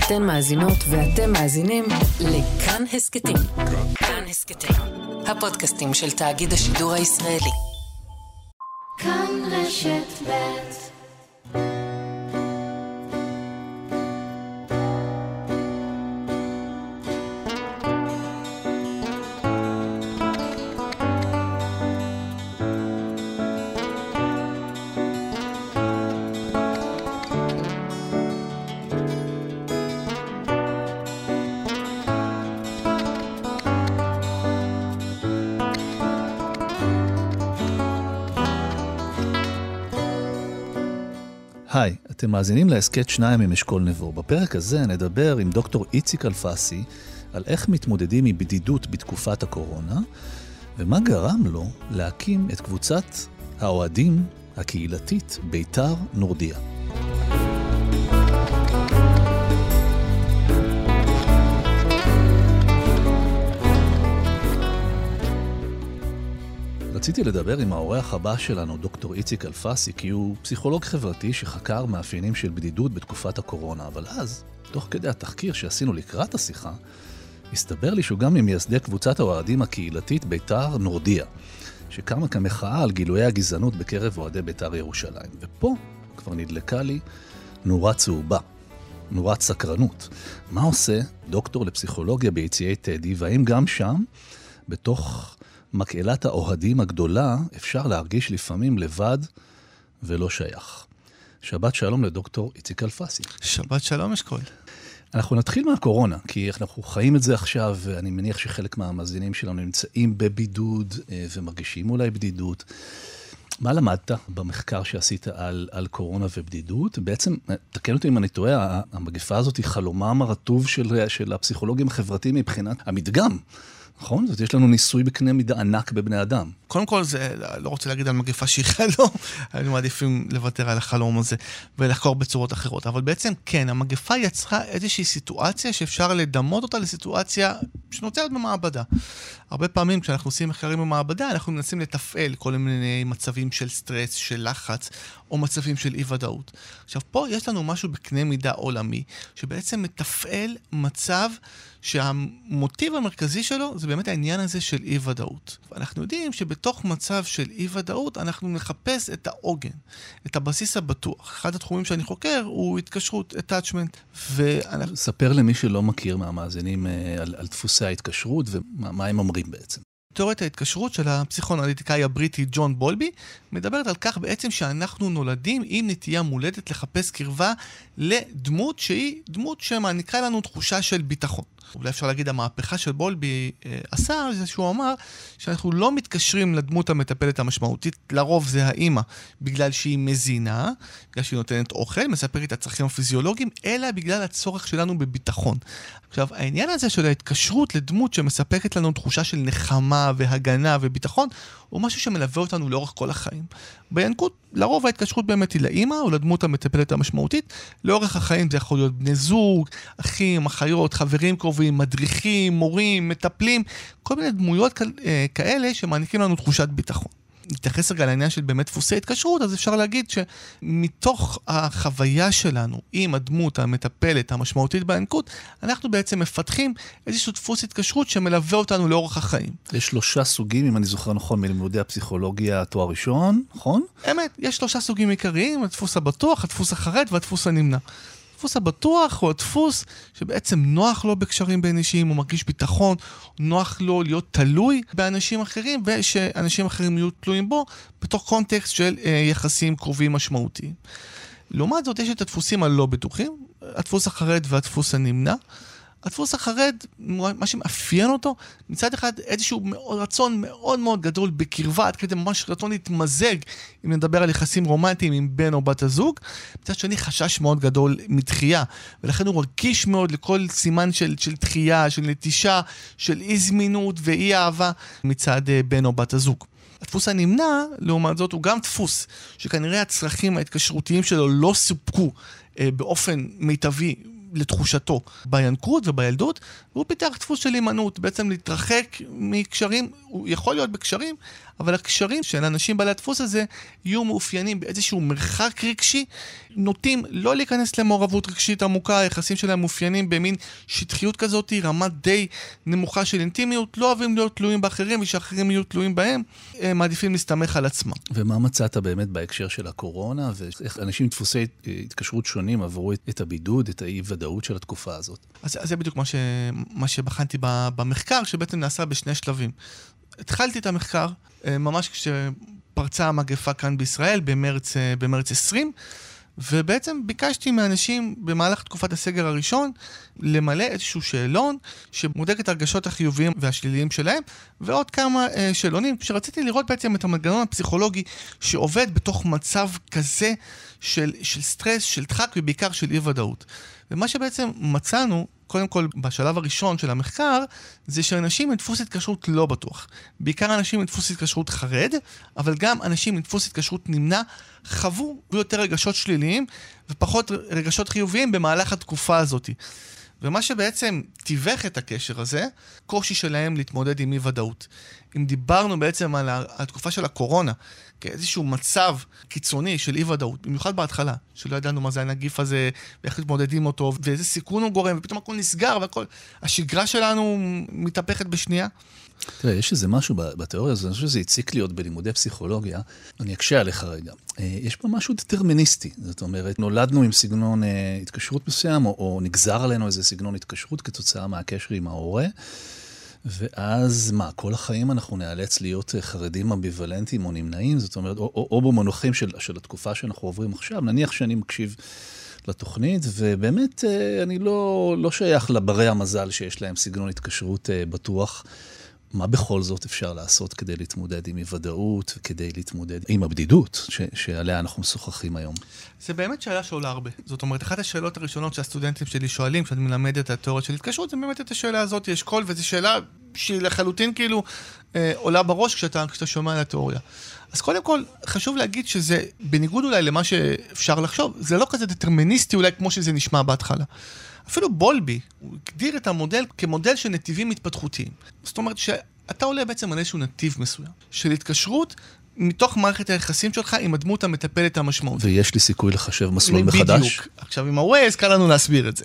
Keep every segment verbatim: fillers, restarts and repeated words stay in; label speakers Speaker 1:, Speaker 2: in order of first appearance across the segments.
Speaker 1: אתן מאזינות ואתם מאזינים לכאן הסקטים. כאן הסקטים, הפודקאסטים של תאגיד השידור הישראלי. כאן רשת ב'.
Speaker 2: היי, אתם מאזינים להסקט שניים ממשקול נבו. בפרק הזה נדבר עם דוקטור איציק אלפסי על איך מתמודדים עם בדידות בתקופת הקורונה, ומה גרם לו להקים את קבוצת האוהדים הקהילתית בית"ר נורדיה. רציתי לדבר עם האורח הבא שלנו, דוקטור איציק אלפסי, כי הוא פסיכולוג חברתי שחקר מאפיינים של בדידות בתקופת הקורונה, אבל אז, תוך כדי התחקיר שעשינו לקראת השיחה, הסתבר לי שהוא גם ממייסדי קבוצת האוהדים הקהילתית בית"ר נורדיה, שקמה כמחאה על גילויי הגזענות בקרב אוהדי בית"ר ירושלים. ופה כבר נדלקה לי נורה צהובה, נורת סקרנות. מה עושה דוקטור לפסיכולוגיה ביציעי טדי, והאם גם שם, בתוך מקהלת האוהדים הגדולה, אפשר להרגיש לפעמים לבד ולא שייך. שבת שלום לדוקטור איציק אלפסי.
Speaker 3: שבת שלום אשכול.
Speaker 2: אנחנו נתחיל מהקורונה, כי אנחנו חיים את זה עכשיו, ואני מניח שחלק מהמאזינים שלנו נמצאים בבידוד ומרגישים אולי בדידות. מה למדת במחקר שעשית על, על קורונה ובדידות? בעצם, תקן אותי אם אני טועה, המגפה הזאת היא חלומם הרטוב של, של הפסיכולוגים החברתיים מבחינת המדגם. נכון? זאת יש לנו ניסוי בקנה מידה ענק בבני אדם.
Speaker 3: קודם כל, זה, לא רוצה להגיד על מגפה שהיא חלום, היינו מעדיפים לוותר על החלום הזה ולחקור בצורות אחרות. אבל בעצם כן, המגפה יצרה איזושהי סיטואציה שאפשר לדמות אותה לסיטואציה שנוצרת במעבדה. הרבה פעמים כשאנחנו עושים מחקרים במעבדה, אנחנו מנסים לתפעל כל מיני מצבים של סטרס, של לחץ, או מצבים של אי-ודאות. עכשיו, פה יש לנו משהו בקנה מידה עולמי, שבעצם מתפעל מצב שהמוטיב המרכזי שלו זה באמת העניין הזה של אי-ודאות. ואנחנו יודעים שבתוך מצב של אי-ודאות אנחנו נחפש את העוגן, את הבסיס הבטוח. אחד התחומים שאני חוקר הוא התקשרות, attachment. ואנחנו...
Speaker 2: ספר למי שלא מכיר מהמאזינים על, על דפוסי ההתקשרות ומה הם אומרים בעצם.
Speaker 3: תיאוריית ההתקשרות של הפסיכואנליטיקאי הבריטי ג'ון בולבי מדברת על כך בעצם שאנחנו נולדים עם נטייה מולדת לחפש קרבה לדמות שהיא דמות שמעניקה לנו תחושה של ביטחון. אולי אפשר להגיד, המהפכה של בולבי אה, עשה, זה שהוא אמר שאנחנו לא מתקשרים לדמות המטפלת המשמעותית, לרוב זה האמא, בגלל שהיא מזינה, בגלל שהיא נותנת אוכל, מספרת את הצרכים הפיזיולוגיים, אלא בגלל הצורך שלנו בביטחון. עכשיו, העניין הזה של ההתקשרות לדמות שמספקת לנו תחושה של נחמה והגנה וביטחון, הוא משהו שמלווה אותנו לאורך כל החיים. בינקות, לרוב ההתקשרות באמת היא לאמא או לדמות המטפלת המשמעותית. לאורך החיים זה יכול להיות בני זוג, אחים, אחיות, חברים קרובים, מדריכים, מורים, מטפלים, כל מיני דמויות כאלה שמעניקים לנו תחושת ביטחון. נתייחס רגע לעניין של באמת דפוסי התקשרות, אז אפשר להגיד שמתוך החוויה שלנו עם הדמות המטפלת המשמעותית בינקות, אנחנו בעצם מפתחים איזשהו דפוס התקשרות שמלווה אותנו לאורך החיים.
Speaker 2: יש שלושה סוגים, אם אני זוכר נכון, מלימודי הפסיכולוגיה תואר ראשון, נכון?
Speaker 3: אמת, יש שלושה סוגים עיקריים, הדפוס הבטוח, הדפוס החרד והדפוס הנמנע. הדפוס הבטוח הוא הדפוס שבעצם נוח לו בקשרים בין אישיים, הוא מרגיש ביטחון, נוח לו להיות תלוי באנשים אחרים, ושאנשים אחרים יהיו תלויים בו, בתוך קונטקסט של אה, יחסים קרובים משמעותיים. לעומת זאת, יש את הדפוסים הלא בטוחים, הדפוס החרד והדפוס הנמנע. הדפוס החרד, מה שמאפיין אותו, מצד אחד איזשהו רצון מאוד מאוד גדול בקרבה, עד כדי ממש רצון להתמזג, אם נדבר על יחסים רומנטיים עם בן או בת הזוג, מצד שני חשש מאוד גדול מתחייה, ולכן הוא רגיש מאוד לכל סימן של, של תחייה, של נטישה, של אי זמינות ואי אהבה מצד בן או בת הזוג. הדפוס הנמנע, לעומת זאת, הוא גם דפוס, שכנראה הצרכים ההתקשרותיים שלו לא סופקו אה, באופן מיטבי, לתחושתו בינקות ובילדות, והוא פיתח דפוס של הימנעות, בעצם להתרחק מקשרים, הוא יכול להיות בקשרים, אבל הקשרים של אנשים בעלי הדפוס הזה יהיו מאופיינים באיזשהו מרחק רגשי, נוטים לא להיכנס למעורבות רגשית עמוקה, היחסים שלהם מאופיינים במין שטחיות כזאת, רמה די נמוכה של אינטימיות, לא אוהבים להיות תלויים באחרים ושאחרים יהיו תלויים בהם, הם מעדיפים להסתמך על עצמם.
Speaker 2: ומה מצאת באמת בהקשר של הקורונה, ואיך אנשים דפוסי התקשרות שונים עברו את הבידוד, את האי-ודאות של התקופה הזאת?
Speaker 3: אז זה בדיוק מה, ש... מה שבחנתי במחקר, שבעצם נעשה בשני שלבים. התחלתי את המחקר, ממש כשפרצה המגפה כאן בישראל, במרץ, במרץ עשרים, ובעצם ביקשתי מאנשים במהלך תקופת הסגר הראשון למלא איזשהו שאלון שמודק את הרגשות החיוביים והשליליים שלהם, ועוד כמה אה, שאלונים שרציתי לראות בעצם את המנגנון הפסיכולוגי שעובד בתוך מצב כזה של, של סטרס, של דחק ובעיקר של אי ודאות. ומה שבעצם מצאנו, קודם כל בשלב הראשון של המחקר, זה שאנשים עם דפוס התקשרות לא בטוח. בעיקר אנשים עם דפוס התקשרות חרד, אבל גם אנשים עם דפוס התקשרות נמנע, חוו יותר רגשות שליליים ופחות רגשות חיוביים במהלך התקופה הזאת. ומה שבעצם תיווך את הקשר הזה, קושי שלהם להתמודד עם אי ודאות. אם דיברנו בעצם על התקופה של הקורונה, כאיזשהו מצב קיצוני של אי ודאות, במיוחד בהתחלה, שלא ידענו מה זה הנגיף הזה, ואיך להתמודדים אותו, ואיזה סיכון הוא גורם, ופתאום הכל נסגר, והכל, השגרה שלנו מתהפכת בשנייה.
Speaker 2: תראה, יש איזה משהו בתיאוריה הזו, אני חושב שזה הציק לי עוד בלימודי פסיכולוגיה, אני אקשה עליך רגע. יש פה משהו דטרמיניסטי, זאת אומרת, נולדנו עם סגנון התקשרות מסוים, או, או נגזר עלינו איזה סגנון התקשרות כתוצאה מהקשר עם ההורה, ואז מה, כל החיים אנחנו נאלץ להיות חרדים אמביוולנטיים או נמנעים, זאת אומרת, או, או, או במונחים של, של התקופה שאנחנו עוברים עכשיו, נניח שאני מקשיב לתוכנית, ובאמת אני לא, לא שייך לברי המזל שיש להם סגנון התקשרות בטוח. מה בכל זאת אפשר לעשות כדי להתמודד עם אי-ודאות, וכדי להתמודד עם הבדידות ש- שעליה אנחנו משוחחים היום?
Speaker 3: זה באמת שאלה שעולה הרבה. זאת אומרת, אחת השאלות הראשונות שהסטודנטים שלי שואלים, כשאני מלמד את התיאוריה של התקשרות, זה באמת את השאלה הזאת, יש קול, וזו שאלה שהיא לחלוטין כאילו אה, עולה בראש כשאתה, כשאתה שומע על התיאוריה. אז קודם כל, חשוב להגיד שזה, בניגוד אולי למה שאפשר לחשוב, זה לא כזה דטרמיניסטי אולי כמו שזה נשמע בהתחלה. אפילו בולבי, הוא הגדיר את המודל כמודל של נתיבים התפתחותיים. זאת אומרת שאתה עולה בעצם על איזשהו נתיב מסוים, של התקשרות מתוך מערכת היחסים שלך עם הדמות המטפלת המשמעות.
Speaker 2: ויש לי סיכוי לחשב מסלול מחדש?
Speaker 3: בדיוק. עכשיו עם הווייז קל לנו להסביר את זה.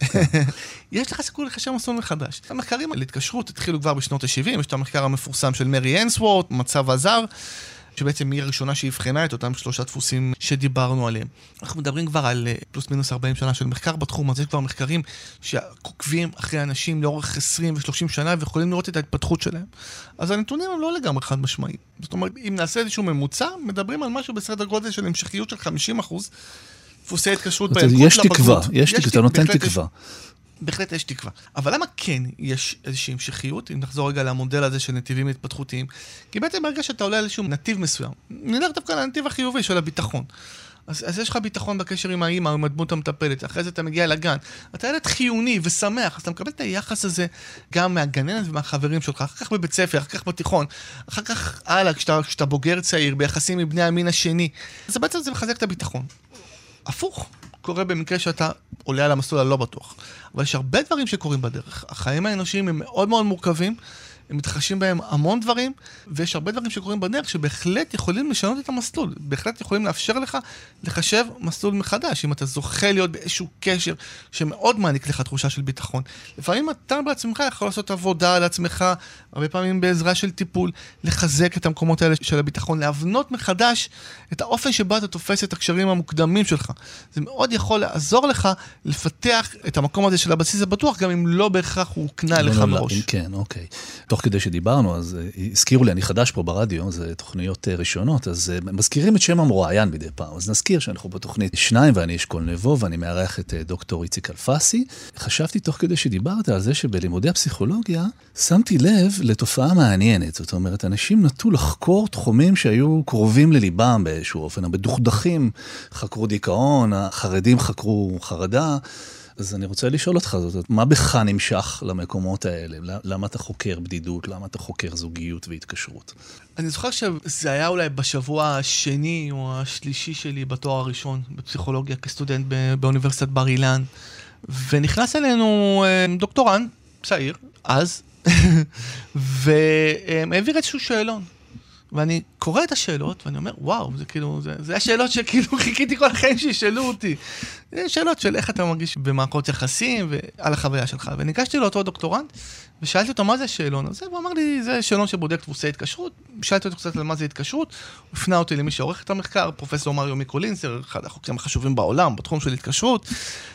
Speaker 3: יש לך סיכוי לחשב מסלול מחדש. המחקרים על התקשרות התחילו כבר בשנות ה-שבעים, יש את המחקר המפורסם של מרי אנסוורט, מצב הזר, שבעצם היא הראשונה שהבחנה את אותם שלושה דפוסים שדיברנו עליהם. אנחנו מדברים כבר על פלוס מינוס ארבעים שנה של מחקר בתחום, אז יש כבר מחקרים שעוקבים אחרי אנשים לאורך עשרים ושלושים שנה ויכולים לראות את ההתפתחות שלהם. אז הנתונים הם לא לגמרי חד משמעיים. זאת אומרת, אם נעשה איזשהו ממוצע, מדברים על משהו בסדר גודל של המשכיות של חמישים אחוז, דפוסי התקשרות בילדות.
Speaker 2: יש תקווה, יש תקווה, אתה נותן תקווה.
Speaker 3: בהחלט יש תקווה. אבל למה כן יש איזושהי המשכיות, אם נחזור רגע למודל הזה של נתיבים התפתחותיים? כי בעצם ברגע שאתה עולה על איזשהו נתיב מסוים, נלך דווקא לנתיב החיובי של הביטחון. אז, אז יש לך ביטחון בקשר עם האמא, עם הדמות המטפלת, אחרי זה אתה מגיע לגן, אתה ילד חיוני ושמח, אז אתה מקבל את היחס הזה גם מהגננת ומהחברים שלך, אחר כך בבית ספר, אחר כך בתיכון, אחר כך הלאה, כשאתה, כשאתה בוגר צעיר, ביחסים עם בני המין השני, אז בעצם זה מחזק את הביטחון. הפוך. קורה במקרה שאתה עולה על המסלול הלא בטוח. אבל יש הרבה דברים שקורים בדרך. החיים האנושיים הם מאוד מאוד מורכבים, הם מתרחשים בהם המון דברים, ויש הרבה דברים שקורים בדרך שבהחלט יכולים לשנות את המסלול, בהחלט יכולים לאפשר לך לחשב מסלול מחדש, אם אתה זוכה להיות באיזשהו קשר שמאוד מעניק לך תחושה של ביטחון. לפעמים אתה בעצמך יכול לעשות עבודה על עצמך, הרבה פעמים בעזרה של טיפול, לחזק את המקומות האלה של הביטחון, להבנות מחדש את האופן שבו אתה תופס את הקשרים המוקדמים שלך. זה מאוד יכול לעזור לך לפתח את המקום הזה של הבסיס הבטוח, גם אם לא בהכרח הוא קנה לך בראש.
Speaker 2: כן, אוקיי. תוך כדי שדיברנו, אז הזכירו לי, אני חדש פה ברדיו, זה תוכניות ראשונות, אז מזכירים את שם המרואיין מדי פעם. אז נזכיר שאנחנו בתוכנית שניים, ואני אשכול נבו, ואני מארח את דוקטור איציק אלפסי. חשבתי תוך כדי שדיברת על זה שבלימודי הפסיכולוגיה, שמתי לב לתופעה מעניינת. זאת אומרת, אנשים נטו לחקור תחומים שהיו קרובים לליבם באיזשהו אופן. המדוכדכים חקרו דיכאון, החרדים חקרו חרדה. אז אני רוצה לשאול אותך זאת, מה בך נמשך למקומות האלה? למה אתה חוקר בדידות? למה אתה חוקר זוגיות והתקשרות?
Speaker 3: אני זוכר שזה היה אולי בשבוע השני או השלישי שלי בתואר הראשון בפסיכולוגיה כסטודנט באוניברסיטת בר אילן, ונכנס אלינו דוקטורנט צעיר, אז, והעביר איזשהו שאלון. ואני קורא את השאלות, ואני אומר, וואו, זה כאילו, זה, זה השאלות שכאילו חיכיתי כל החיים שישאלו אותי. זה שאלות של איך אתה מרגיש במערכות יחסים, ועל החוויה שלך. וניגשתי לאותו דוקטורנט, ושאלתי אותו, מה זה השאלון הזה? והוא אמר לי, זה שאלון שבודק דפוסי התקשרות. שאלתי אותו קצת על מה זה התקשרות, הוא הפנה אותי למי שעורך את המחקר, פרופסור מריו מיקולינסר, אחד החוקרים החשובים בעולם, בתחום של התקשרות.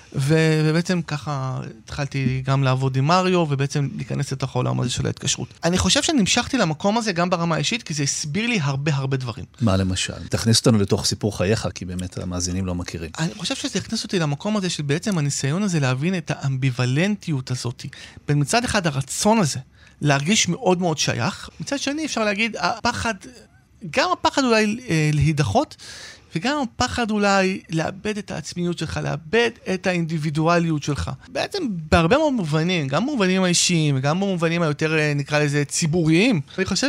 Speaker 3: ובעצם ככה התחלתי גם לעבוד עם מריו, ובעצם להיכנס לתוך העולם הזה של ההתקשרות. אני חושב שנמשכתי למקום הזה גם ברמה האישית, כי זה הסביר לי הרבה הרבה דברים.
Speaker 2: מה למשל? תכניס אותנו לתוך סיפור חייך, כי באמת המאזינים לא מכירים.
Speaker 3: אני חושב שזה הכניס אותי למקום הזה, של בעצם הניסיון הזה להבין את האמביוולנטיות הזאת. בין מצד אחד הרצון הזה, להרגיש מאוד מאוד שייך, מצד שני אפשר להגיד, הפחד, גם הפחד אולי להידחות, וגם הפחד אולי לאבד את העצמיות שלך, לאבד את האינדיבידואליות שלך. בעצם בהרבה מאוד מובנים, גם במובנים האישיים, וגם במובנים היותר, נקרא לזה, ציבוריים. אני חושב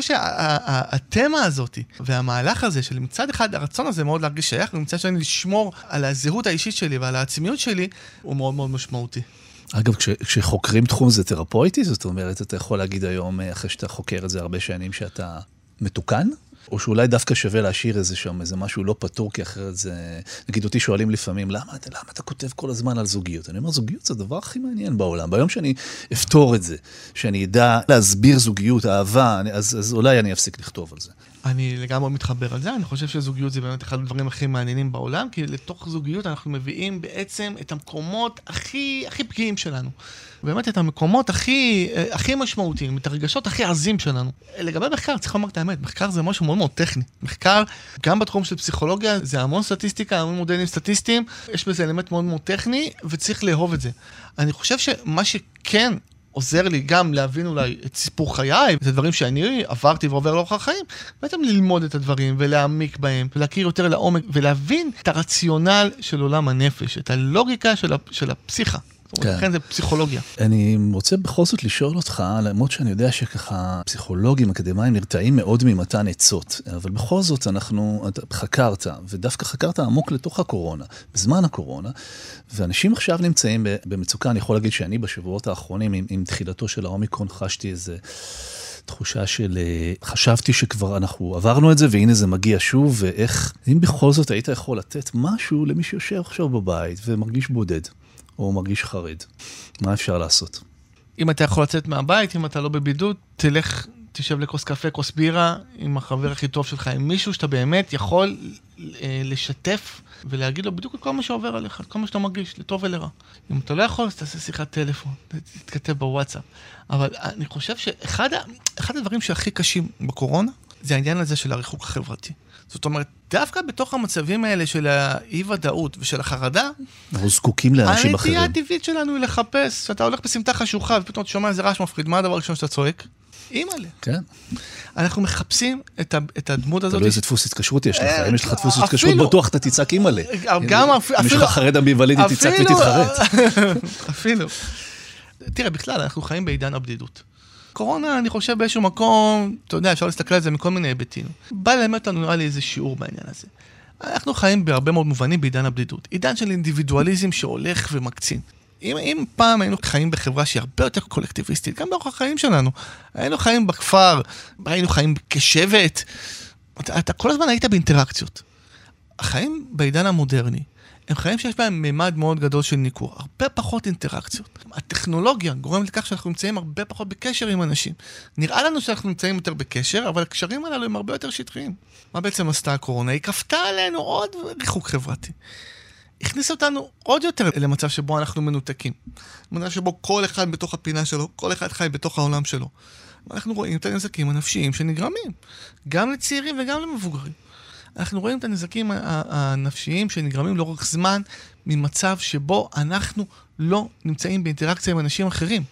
Speaker 3: שהתמה הזאת, והמהלך הזה, של מצד אחד הרצון הזה מאוד להרגיש שייך, ומצד שני לשמור על הזהות האישית שלי ועל העצמיות שלי, הוא מאוד מאוד משמעותי.
Speaker 2: אגב, כש, כשחוקרים תחום זה תרפויטי, זאת אומרת, אתה יכול להגיד היום, אחרי שאתה חוקר את זה הרבה שנים, שאתה מתוקן? או שאולי דווקא שווה להשאיר איזה שם, איזה משהו לא פתור, כי אחרת זה... נגיד אותי שואלים לפעמים, למה, למה אתה כותב כל הזמן על זוגיות? אני אומר, זוגיות זה הדבר הכי מעניין בעולם. ביום שאני אפתור את זה, שאני אדע להסביר זוגיות, אהבה, אז, אז אולי אני אפסיק לכתוב על זה.
Speaker 3: אני לגמרי מתחבר על זה, אני חושב שזוגיות זה באמת אחד הדברים הכי מעניינים בעולם, כי לתוך זוגיות אנחנו מביאים בעצם את המקומות הכי, הכי פגיעים שלנו. באמת את המקומות הכי, הכי משמעותיים, את הרגשות הכי עזים שלנו. לגבי מחקר, צריך לומר את האמת, מחקר זה משהו מאוד מאוד טכני. מחקר, גם בתחום של פסיכולוגיה, זה המון סטטיסטיקה, המון מודלים סטטיסטיים, יש בזה אלמנט מאוד מאוד טכני, וצריך לאהוב את זה. אני חושב שמה שכן עוזר לי גם להבין אולי את סיפור חיי, את הדברים שאני עברתי ועובר לאורך החיים, בעצם ללמוד את הדברים ולהעמיק בהם, ולהכיר יותר לעומק, ולהבין את הרציונל של עולם הנפש, את הלוגיקה של, של הפסיכה. לכן זה פסיכולוגיה.
Speaker 2: אני רוצה בכל זאת לשאול אותך, למרות שאני יודע שככה פסיכולוגים אקדמיים נרתעים מאוד ממתן עצות, אבל בכל זאת אנחנו, חקרת, ודווקא חקרת עמוק לתוך הקורונה, בזמן הקורונה, ואנשים עכשיו נמצאים במצוקה. אני יכול להגיד שאני בשבועות האחרונים, עם, עם תחילתו של האומיקרון, חשתי איזה תחושה של, חשבתי שכבר אנחנו עברנו את זה, והנה זה מגיע שוב, ואיך, אם בכל זאת היית יכול לתת משהו למי שיושב עכשיו בבית ומרגיש בודד, או מרגיש חרד. מה אפשר לעשות?
Speaker 3: אם אתה יכול לצאת מהבית, אם אתה לא בבידוד, תלך, תשב לכוס קפה, כוס בירה, עם החבר הכי טוב שלך, עם מישהו שאתה באמת יכול אה, לשתף, ולהגיד לו בדיוק כל מה שעובר עליך, כל מה שאתה מרגיש, לטוב ולרע. אם אתה לא יכול, אז תעשה שיחת טלפון, תתכתב בוואטסאפ. אבל אני חושב שאחד אחד הדברים שהכי קשים בקורונה, זה העניין הזה של הריחוק החברתי. זאת אומרת, דווקא בתוך המצבים האלה של האי-ודאות ושל החרדה,
Speaker 2: אנחנו זקוקים לאנשים אחרים.
Speaker 3: הנטייה הטבעית שלנו היא לחפש, שאתה הולך בסמטה חשוכה, ופתאום אתה שומע איזה רעש מפחיד, מה הדבר הראשון שאתה צועק? אימא'לה.
Speaker 2: כן.
Speaker 3: אנחנו מחפשים את, את הדמות הזאת.
Speaker 2: תלוי איזה דפוס התקשרות יש לך. אם יש לך דפוס התקשרות, בטוח אתה תצעק אימא'לה.
Speaker 3: גם אפילו...
Speaker 2: אם יש לך חרד אמביוולנטי, תצעק ותתחרט.
Speaker 3: אפילו. תראה, בכלל, אנחנו חיים בעידן הבדידות. קורונה, אני חושב באיזשהו מקום, אתה יודע, אפשר להסתכל על זה מכל מיני היבטים. בא ללמד לנו נראה לי איזה שיעור בעניין הזה. אנחנו חיים בהרבה מאוד מובנים בעידן הבדידות. עידן של אינדיבידואליזם שהולך ומקצין. אם, אם פעם היינו חיים בחברה שהיא הרבה יותר קולקטיביסטית, גם באורח החיים שלנו, היינו חיים בכפר, היינו חיים כשבט, אתה, אתה כל הזמן היית באינטראקציות. החיים בעידן המודרני, הם חיים שיש בהם מימד מאוד גדול של ניכור, הרבה פחות אינטראקציות. הטכנולוגיה גורמת לכך שאנחנו נמצאים הרבה פחות בקשר עם אנשים. נראה לנו שאנחנו נמצאים יותר בקשר, אבל הקשרים הללו הם הרבה יותר שטחיים. מה בעצם עשתה הקורונה? היא כפתה עלינו עוד ריחוק חברתי. הכניסה אותנו עוד יותר למצב שבו אנחנו מנותקים. מצב שבו כל אחד בתוך הפינה שלו, כל אחד חי בתוך העולם שלו. אנחנו רואים את הנזקים הנפשיים שנגרמים, גם לצעירים וגם למבוגרים. אנחנו רואים את הנזקים הנפשיים שנגרמים לאורך זמן ממצב שבו אנחנו לא נמצאים באינטראקציה עם אנשים אחרים.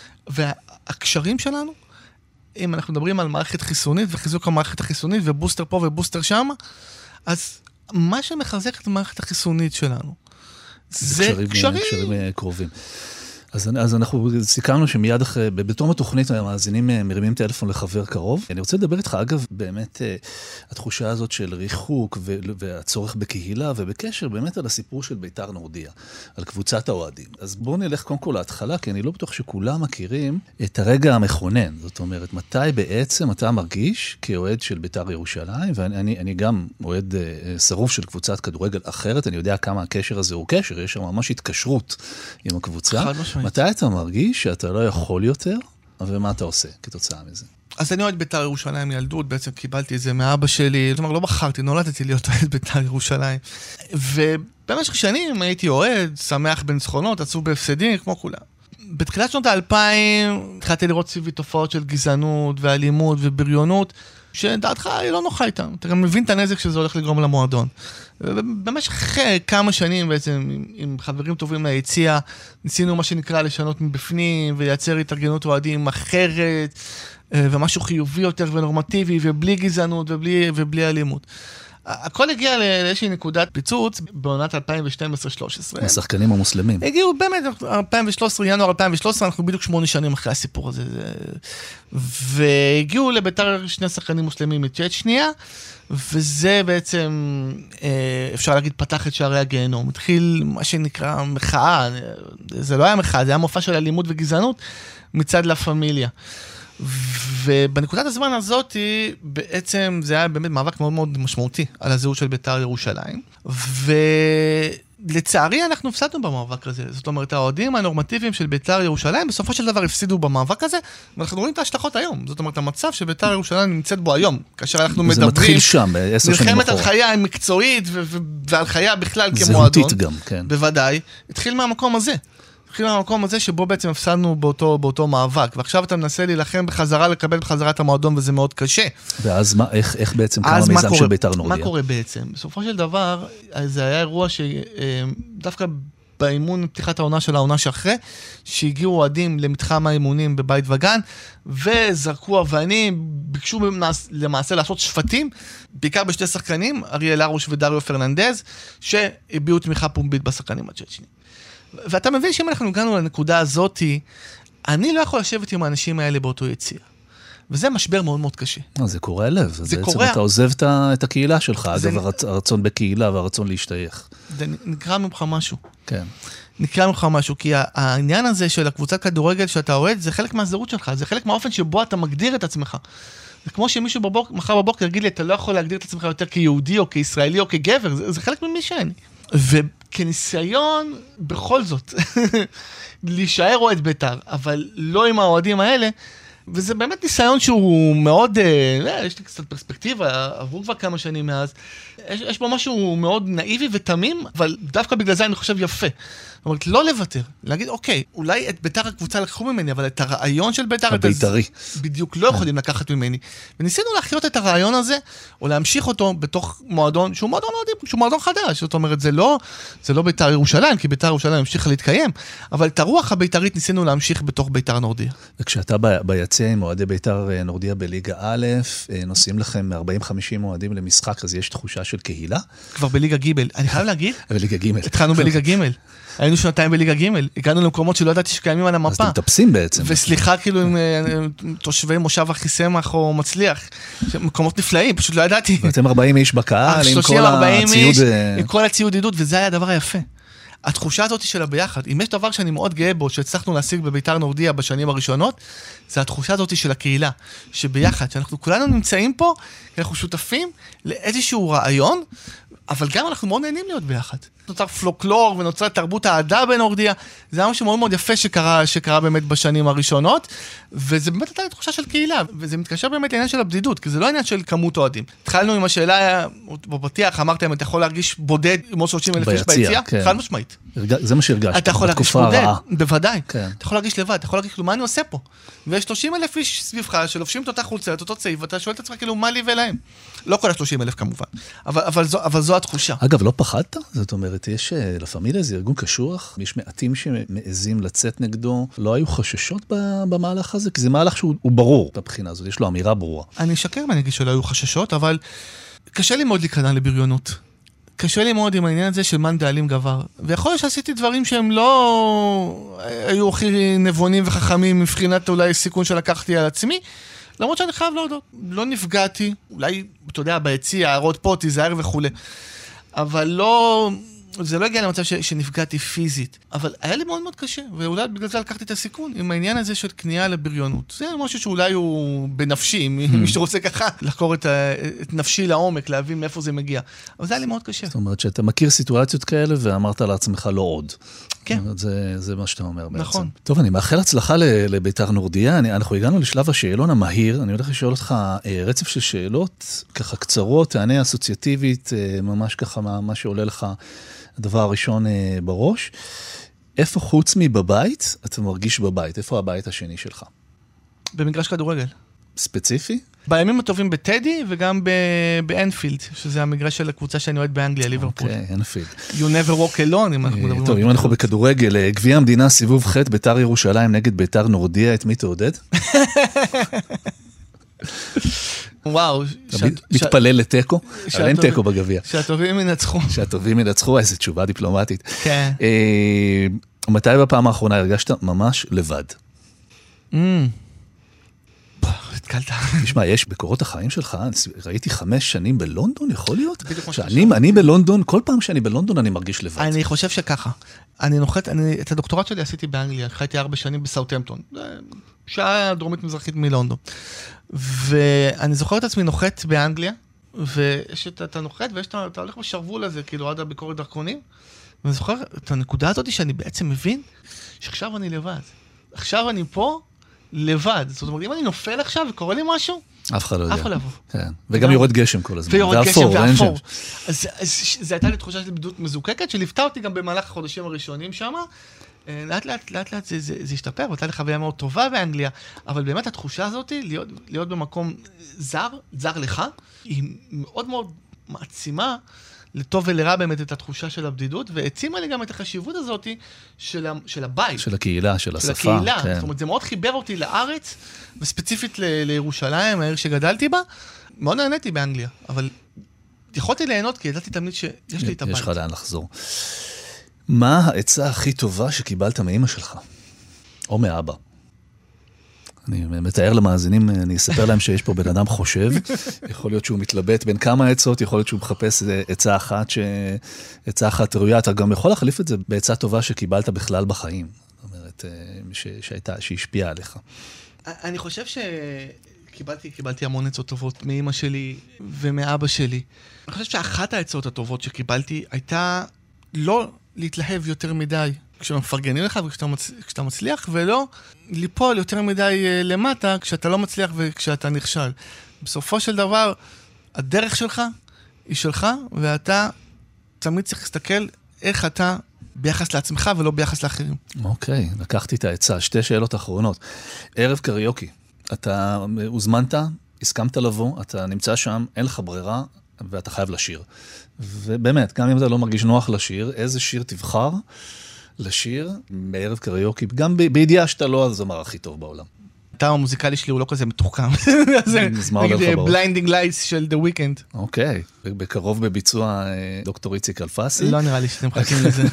Speaker 3: והקשרים שלנו, אם אנחנו מדברים על מערכת חיסונית וחיזוק המערכת החיסונית ובוסטר פה ובוסטר שם, אז מה שמחזק את המערכת החיסונית שלנו זה קשרים.
Speaker 2: קשרים קרובים. אז, אז אנחנו סיכמנו שמיד אחרי, בתום התוכנית המאזינים מרימים טלפון לחבר קרוב. אני רוצה לדבר איתך, אגב, באמת התחושה הזאת של ריחוק והצורך בקהילה ובקשר, באמת על הסיפור של ביתר נורדיה, על קבוצת האוהדים. אז בואו נלך קודם כל להתחלה, כי אני לא בטוח שכולם מכירים את הרגע המכונן. זאת אומרת, מתי בעצם אתה מרגיש כאוהד של ביתר ירושלים, ואני אני גם אוהד שרוף של קבוצת כדורגל אחרת, אני יודע כמה הקשר הזה הוא קשר, יש שם ממש התקשרות עם הקבוצה. מתי אתה מרגיש שאתה לא יכול יותר, ומה אתה עושה כתוצאה מזה?
Speaker 3: אז אני אוהד ביתר ירושלים מילדות, בעצם קיבלתי את זה מאבא שלי, זאת אומרת, לא בחרתי, נולדתי להיות אוהד ביתר ירושלים. ובמשך שנים הייתי אוהד, שמח בניצחונות, עצוב בהפסדים, כמו כולם. בתחילת שנות האלפיים, התחלתי לראות סביבי תופעות של גזענות ואלימות ובריונות, שדעתך היא לא נוחה איתם. אתה גם מבין את הנזק שזה הולך לגרום למועדון. במשך כמה שנים בעצם, עם, עם חברים טובים ליציאה, ניסינו מה שנקרא לשנות מבפנים, ולייצר התארגנות אוהדים אחרת, ומשהו חיובי יותר ונורמטיבי, ובלי גזענות ובלי, ובלי אלימות. הכל הגיע לאיזושהי נקודת פיצוץ בעונת אלפיים ושתים עשרה שלוש עשרה.
Speaker 2: השחקנים המוסלמים.
Speaker 3: הגיעו באמת, אלפיים ושלוש עשרה, ינואר אלפיים ושלוש עשרה, אנחנו בדיוק שמונה שנים אחרי הסיפור הזה. והגיעו לביתר שני שחקנים מוסלמים מצ'ט שנייה, וזה בעצם, אפשר להגיד, פתח את שערי הגיהנום. התחיל מה שנקרא מחאה, זה לא היה מחאה, זה היה מופע של אלימות וגזענות מצד לה פמיליה. ובנקודת הזמן הזאת בעצם זה היה באמת מאבק מאוד מאוד משמעותי על הזהות של ביתר ירושלים, ולצערי אנחנו הפסדנו במאבק הזה. זאת אומרת, האוהדים הנורמטיביים של ביתר ירושלים בסופו של דבר הפסידו במאבק הזה, ואנחנו רואים את ההשלכות היום. זאת אומרת, המצב שביתר ירושלים נמצאת בו היום, כאשר אנחנו מדברים,
Speaker 2: זה מתחיל שם, בעשר שנים
Speaker 3: מלחמת על חיה מקצועית ועל חיה בכלל כמועדון,
Speaker 2: זהותית גם, כן.
Speaker 3: בוודאי, התחיל מהמקום הזה. התחיל מהמקום הזה שבו בעצם הפסדנו באותו, באותו מאבק, ועכשיו אתה מנסה להילחם בחזרה, לקבל בחזרה את המועדון, וזה מאוד קשה.
Speaker 2: ואז מה, איך, איך בעצם כמה מיזם של ביתר נורדיה?
Speaker 3: מה קורה בעצם? בסופו של דבר, זה היה אירוע שדווקא באימון פתיחת העונה של העונה שאחרי, שהגיעו אוהדים למתחם האימונים בבית וגן, וזרקו אבנים, ביקשו למעשה לעשות שפטים, בעיקר בשתי שחקנים, אריאל הרוש ודריו פרננדז, שהביעו תמיכה פומבית בשחקנים הצ'צ'נים. ואתה מבין שאם אנחנו הגענו לנקודה הזאת, אני לא יכול לשבת עם האנשים האלה באותו יציאה. וזה משבר מאוד מאוד קשה.
Speaker 2: זה קורא לב. זה בעצם קורא... אתה עוזב את הקהילה שלך, אגב, הרצון בקהילה והרצון להשתייך.
Speaker 3: זה נקרא ממך משהו.
Speaker 2: כן.
Speaker 3: נקרא ממך משהו, כי העניין הזה של הקבוצת כדורגל שאתה אוהד, זה חלק מהזהות שלך, זה חלק מהאופן שבו אתה מגדיר את עצמך. זה כמו שמישהו בבוק, מחר בבוקר יגיד לי, אתה לא יכול להגדיר את עצמך יותר כיהודי או כישראלי או כגבר, זה, זה חלק ממי שאני. וכניסיון, בכל זאת, להישאר אוהד ביתר, אבל לא עם האוהדים האלה, וזה באמת ניסיון שהוא מאוד, אה, יש לי קצת פרספקטיבה, עברו כבר כמה שנים מאז, יש, יש בו משהו מאוד נאיבי ותמים, אבל דווקא בגלל זה אני חושב יפה. זאת אומרת, לא לוותר, להגיד, אוקיי, אולי את ביתר הקבוצה לקחו ממני, אבל את הרעיון של ביתר...
Speaker 2: הביתרי.
Speaker 3: בדיוק, לא יכולים לקחת ממני. וניסינו להחיות את הרעיון הזה, או להמשיך אותו בתוך מועדון, שהוא מועדון אוהדים, שהוא מועדון חדש. זאת אומרת, זה לא, זה לא ביתר ירושלים, כי ביתר ירושלים המשיכה להתקיים, אבל את הרוח הביתרית ניסינו להמשיך בתוך ביתר נורדיה.
Speaker 2: וכשאתה ביציע עם אוהדי ביתר נורדיה בליגה א', נוסעים לכם ארבעים חמישים אוהדים למשחק, אז יש תחושה של קהילה? כבר בליגה ג'. אני חייב להגיד,
Speaker 3: בליגה ג'. התחלנו בליגה ג'. היינו שנתיים בליגה ג', הגענו למקומות שלא ידעתי שקיימים על המפה.
Speaker 2: אז אתם מטפסים בעצם.
Speaker 3: וסליחה כאילו עם תושבי מושב אחיסמך או מצליח, מקומות נפלאים, פשוט לא ידעתי.
Speaker 2: ואתם ארבעים איש בקהל, עם כל הציוד...
Speaker 3: עם כל הציוד עידוד, וזה היה הדבר היפה. התחושה הזאת של הביחד, אם יש דבר שאני מאוד גאה בו, שהצלחנו להשיג בביתר נורדיה בשנים הראשונות, זה התחושה הזאת של הקהילה, שביחד, שאנחנו כולנו נמצאים פה, אנחנו שותפים לאיזשהו רעיון, אבל גם אנחנו מאוד נהנים להיות ביחד. נוצר פלוקלור ונוצר תרבות העדה בנורדיה, זה היה משהו מאוד מאוד יפה שקרה, שקרה באמת בשנים הראשונות, וזה באמת הייתה תחושה של קהילה, וזה מתקשר באמת לעניין של הבדידות, כי זה לא עניין של כמות אוהדים. התחלנו עם השאלה, בפתיח, אמרתם, אתה יכול להרגיש בודד עם עוד שלושים אלף איש ביציאה? חד משמעית.
Speaker 2: זה מה שהרגשת.
Speaker 3: אתה יכול להרגיש בודד, בוודאי. אתה יכול להרגיש לבד, אתה יכול להרגיש, מה אני עושה פה? ויש שלושים אלף איש סביבך שלובשים את אותה חולצה, את אותו צעיף, ואתה שואל את עצמך כאילו, מה לי ולהם? לא כל ה-שלושים אלף כמובן, אבל, אבל זו, אבל זו התחושה.
Speaker 2: אגב, לא פחדת? זאת אומרת, יש לה פמיליה, זה ארגון קשוח, יש מעטים שמעזים לצאת נגדו, לא היו חששות במהלך הזה? כי זה מהלך שהוא ברור, בבחינה הזאת, יש לו אמירה ברורה.
Speaker 3: אני אשקר ואני אגיד שלא היו חששות, אבל קשה לי מאוד להיכנע לבריונות. קשה לי מאוד עם העניין הזה של מן דאלים גבר. ויכול להיות שעשיתי דברים שהם לא... היו הכי נבונים וחכמים מבחינת אולי סיכון שלקחתי על עצמי, למרות שאני חייב להודות, לא נפגעתי, אולי, אתה יודע, ביציע, הערות פה, תיזהר וכו'. אבל לא, זה לא הגיע למצב ש, שנפגעתי פיזית. אבל היה לי מאוד מאוד קשה, ואולי בגלל זה לקחתי את הסיכון, עם העניין הזה של כניעה לבריונות. זה משהו שאולי הוא בנפשי, מי שרוצה ככה לחקור את, את נפשי לעומק, להבין מאיפה זה מגיע. אבל זה היה לי מאוד קשה.
Speaker 2: זאת אומרת שאתה מכיר סיטואציות כאלה, ואמרת לעצמך לא עוד.
Speaker 3: כן.
Speaker 2: זה, זה מה שאתה אומר בעצם.
Speaker 3: נכון.
Speaker 2: טוב, אני מאחל הצלחה לביתר נורדיה. אני, אנחנו הגענו לשלב השאלון המהיר. אני הולך לשאול אותך רצף של שאלות, ככה קצרות, תענה אסוציאטיבית, ממש ככה מה, מה שעולה לך הדבר הראשון בראש. איפה חוץ מבבית אתה מרגיש בבית? איפה הבית השני שלך?
Speaker 3: במגרש כדורגל.
Speaker 2: ספציפי?
Speaker 3: בימים הטובים בטדי וגם באנפילד, שזה המגרש של הקבוצה שאני אוהד באנגליה, ליברפול.
Speaker 2: אוקיי, אנפילד.
Speaker 3: You never walk alone, אם אנחנו מדברים.
Speaker 2: טוב, אם אנחנו בכדורגל, גביע המדינה, סיבוב ח' ביתר ירושלים נגד ביתר נורדיה, את מי תעודד?
Speaker 3: וואו.
Speaker 2: מתפלל לטקו? אבל אין טקו בגביע.
Speaker 3: שהטובים ינצחו.
Speaker 2: שהטובים ינצחו, איזו תשובה דיפלומטית.
Speaker 3: כן.
Speaker 2: מתי בפעם האחרונה הרגשת ממש לבד?
Speaker 3: התקלת.
Speaker 2: תשמע, יש בקורות החיים שלך, ראיתי חמש שנים בלונדון, יכול להיות? שאני בלונדון, כל פעם שאני בלונדון אני מרגיש לבד.
Speaker 3: אני חושב שככה. אני נוחת, את הדוקטורט שלי עשיתי באנגליה, חייתי ארבע שנים בסאות'המפטון. שעה דרומית מזרחית מלונדון. ואני זוכר את עצמי נוחת באנגליה, ויש את הנוחת, ויש את הולך בשרוול הזה, כאילו עד הביקורת דרכונים, ואני זוכר את הנקודה הזאת שאני בעצם מבין, שעכשיו אני לבד. עכשיו אני פה, לבד. זאת אומרת, אם אני נופל עכשיו וקורא לי משהו,
Speaker 2: אף אחד לא יודע.
Speaker 3: אף אחד לא.
Speaker 2: כן. וגם יורד גשם כל הזמן.
Speaker 3: ויורד גשם ואפור. אז זו הייתה לי תחושה של בדידות מזוקקת, שליוותה אותי גם במהלך החודשים הראשונים שם. לאט לאט, לאט לאט זה השתפר, והייתה לי חוויה מאוד טובה באנגליה, אבל באמת התחושה הזאת, להיות במקום זר, זר לך, היא מאוד מאוד מעצימה, לטוב ולרע באמת את התחושה של הבדידות, והעצימה לי גם את החשיבות הזאת של, של הבית.
Speaker 2: של הקהילה, של השפה.
Speaker 3: של הקהילה. כן. זאת אומרת, זה מאוד חיבר אותי לארץ, וספציפית ל- לירושלים, העיר שגדלתי בה. מאוד נהניתי באנגליה, אבל יכולתי ליהנות, כי ידעתי תמיד שיש לי את הבית.
Speaker 2: יש לך לאן לחזור. מה העצה הכי טובה שקיבלת מאמא שלך? או מאבא? אני מתאר למאזינים, אני אספר להם שיש פה בן אדם חושב, יכול להיות שהוא מתלבט בין כמה עצות, יכול להיות שהוא מחפש עצה אחת, ש... עצה אחת ראויה, אתה גם יכול להחליף את זה בעצה טובה שקיבלת בכלל בחיים, זאת אומרת, ש... שהייתה, שהשפיעה עליך.
Speaker 3: אני חושב שקיבלתי, קיבלתי המון עצות טובות מאמא שלי ומאבא שלי. אני חושב שאחת העצות הטובות שקיבלתי הייתה לא להתלהב יותר מדי, כשמפרגנים לך וכשאתה מצ... כשאתה מצליח, ולא ליפול יותר מדי למטה כשאתה לא מצליח וכשאתה נכשל. בסופו של דבר, הדרך שלך היא שלך, ואתה תמיד צריך להסתכל איך אתה ביחס לעצמך ולא ביחס לאחרים.
Speaker 2: אוקיי, לקחתי את העצה. שתי שאלות אחרונות. ערב קריוקי, אתה הוזמנת, הסכמת לבוא, אתה נמצא שם, אין לך ברירה, ואתה חייב לשיר. ובאמת, גם אם אתה לא מרגיש נוח לשיר, איזה שיר תבחר לשיר בערב קריוקי, גם בידיעה שאתה לא הזמר הכי טוב בעולם.
Speaker 3: הטעם המוזיקלי שלי הוא לא כזה מתוחכם. זה בליינדינג לייטס של The Weeknd.
Speaker 2: אוקיי, בקרוב בביצוע דוקטור איציק אלפסי.
Speaker 3: לא נראה לי שאתם מחכים לזה.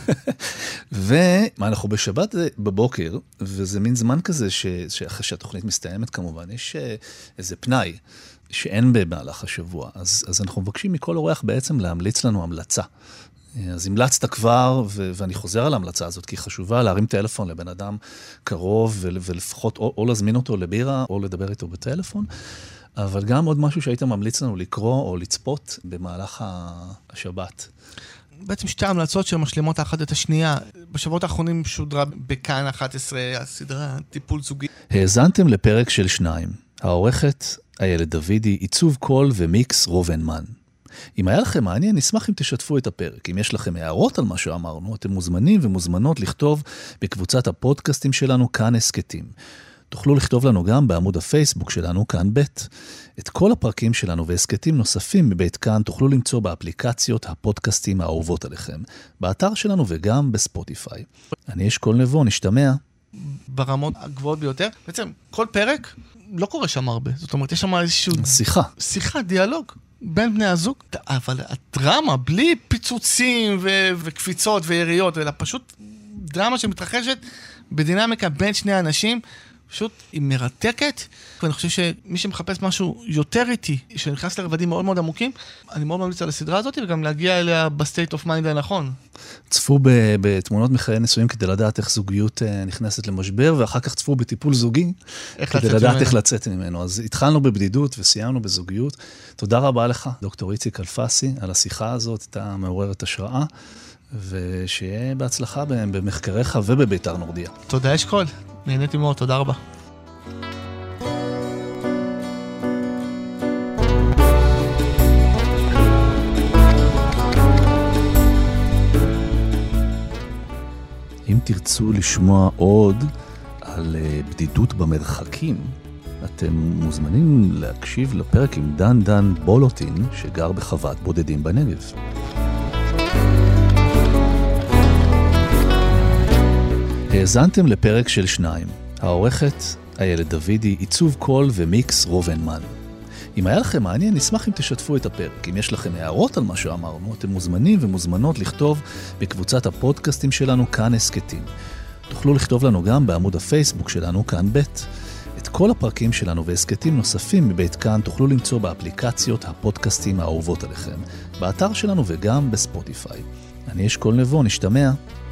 Speaker 2: ואנחנו בשבת בבוקר, וזה מין זמן כזה, שאחרי שהתוכנית מסתיימת כמובן, יש איזה פנאי שאין במהלך השבוע. אז, אז אנחנו מבקשים מכל אורח בעצם להמליץ לנו המלצה. אז המלצת כבר, ו- ואני חוזר על ההמלצה הזאת, כי היא חשובה להרים טלפון לבן אדם קרוב, ו- ולפחות או, או להזמין אותו לבירה, או לדבר איתו בטלפון, אבל גם עוד משהו שהיית ממליץ לנו לקרוא או לצפות במהלך השבת.
Speaker 3: בעצם שתי המלצות שמשלימות האחת את השנייה. בשבועות האחרונים שודרה בכאן אחת עשרה, הסדרה טיפול זוגי.
Speaker 2: האזנתם לפרק של שניים. העורכת איילת דוידי, עיצוב קול ומיקס רובנמן. אם היה לכם מעניין, נשמח אם תשתפו את הפרק. אם יש לכם הערות על מה שאמרנו, אתם מוזמנים ומוזמנות לכתוב בקבוצת הפודקאסטים שלנו כאן הסקטים. תוכלו לכתוב לנו גם בעמוד הפייסבוק שלנו כאן בית. את כל הפרקים שלנו והסקטים נוספים מבית כאן תוכלו למצוא באפליקציות הפודקאסטים האהובות עליכם, באתר שלנו וגם בספוטיפיי. אני אשכול נבו, נשתמע.
Speaker 3: ברמות הגבוהות ביותר. בעצם כל פרק לא קורה שם הרבה. זאת אומרת, יש שם איזשהו...
Speaker 2: שיחה.
Speaker 3: שיחה, דיאלוג. בין בני הזוג, אבל הדרמה, בלי פיצוצים ו- וקפיצות ויריות, אלא פשוט דרמה שמתרחשת בדינמיקה בין שני אנשים, פשוט היא מרתקת, ואני חושב שמי שמחפש משהו יותר איטי, שנכנס לרבדים מאוד מאוד עמוקים, אני מאוד ממליץ על הסדרה הזאת, וגם להגיע אליה בסטייט אוף מיינד הנכון.
Speaker 2: צפו בתמונות מחיי נישואים כדי לדעת איך זוגיות נכנסת למשבר, ואחר כך צפו בטיפול זוגי, כדי לדעת איך לצאת ממנו. אז התחלנו בבדידות וסיימנו בזוגיות. תודה רבה לך, דוקטור איציק אלפסי, על השיחה הזאת, הייתה מעוררת השראה, ושיהיה בהצלחה בהם במחקריך ובביתר נורדיה.
Speaker 3: תודה אשכול. נהניתי מאוד, תודה רבה.
Speaker 2: אם תרצו לשמוע עוד על בדידות במרחקים, אתם מוזמנים להקשיב לפרק עם דן דן בולוטין, שגר בחוות בודדים בנגב. האזנתם לפרק של שניים. העורכת, איילת דוידי, עיצוב קול ומיקס רובנמן. אם היה לכם מעניין, נשמח אם תשתפו את הפרק. אם יש לכם הערות על מה שאמרנו, אתם מוזמנים ומוזמנות לכתוב בקבוצת הפודקאסטים שלנו כאן הסקטים. תוכלו לכתוב לנו גם בעמוד הפייסבוק שלנו כאן בית. את כל הפרקים שלנו והסקטים נוספים מבית כאן תוכלו למצוא באפליקציות הפודקאסטים האהובות עליכם, באתר שלנו וגם בספוטיפיי. אני אשכול נבו, נשתמע.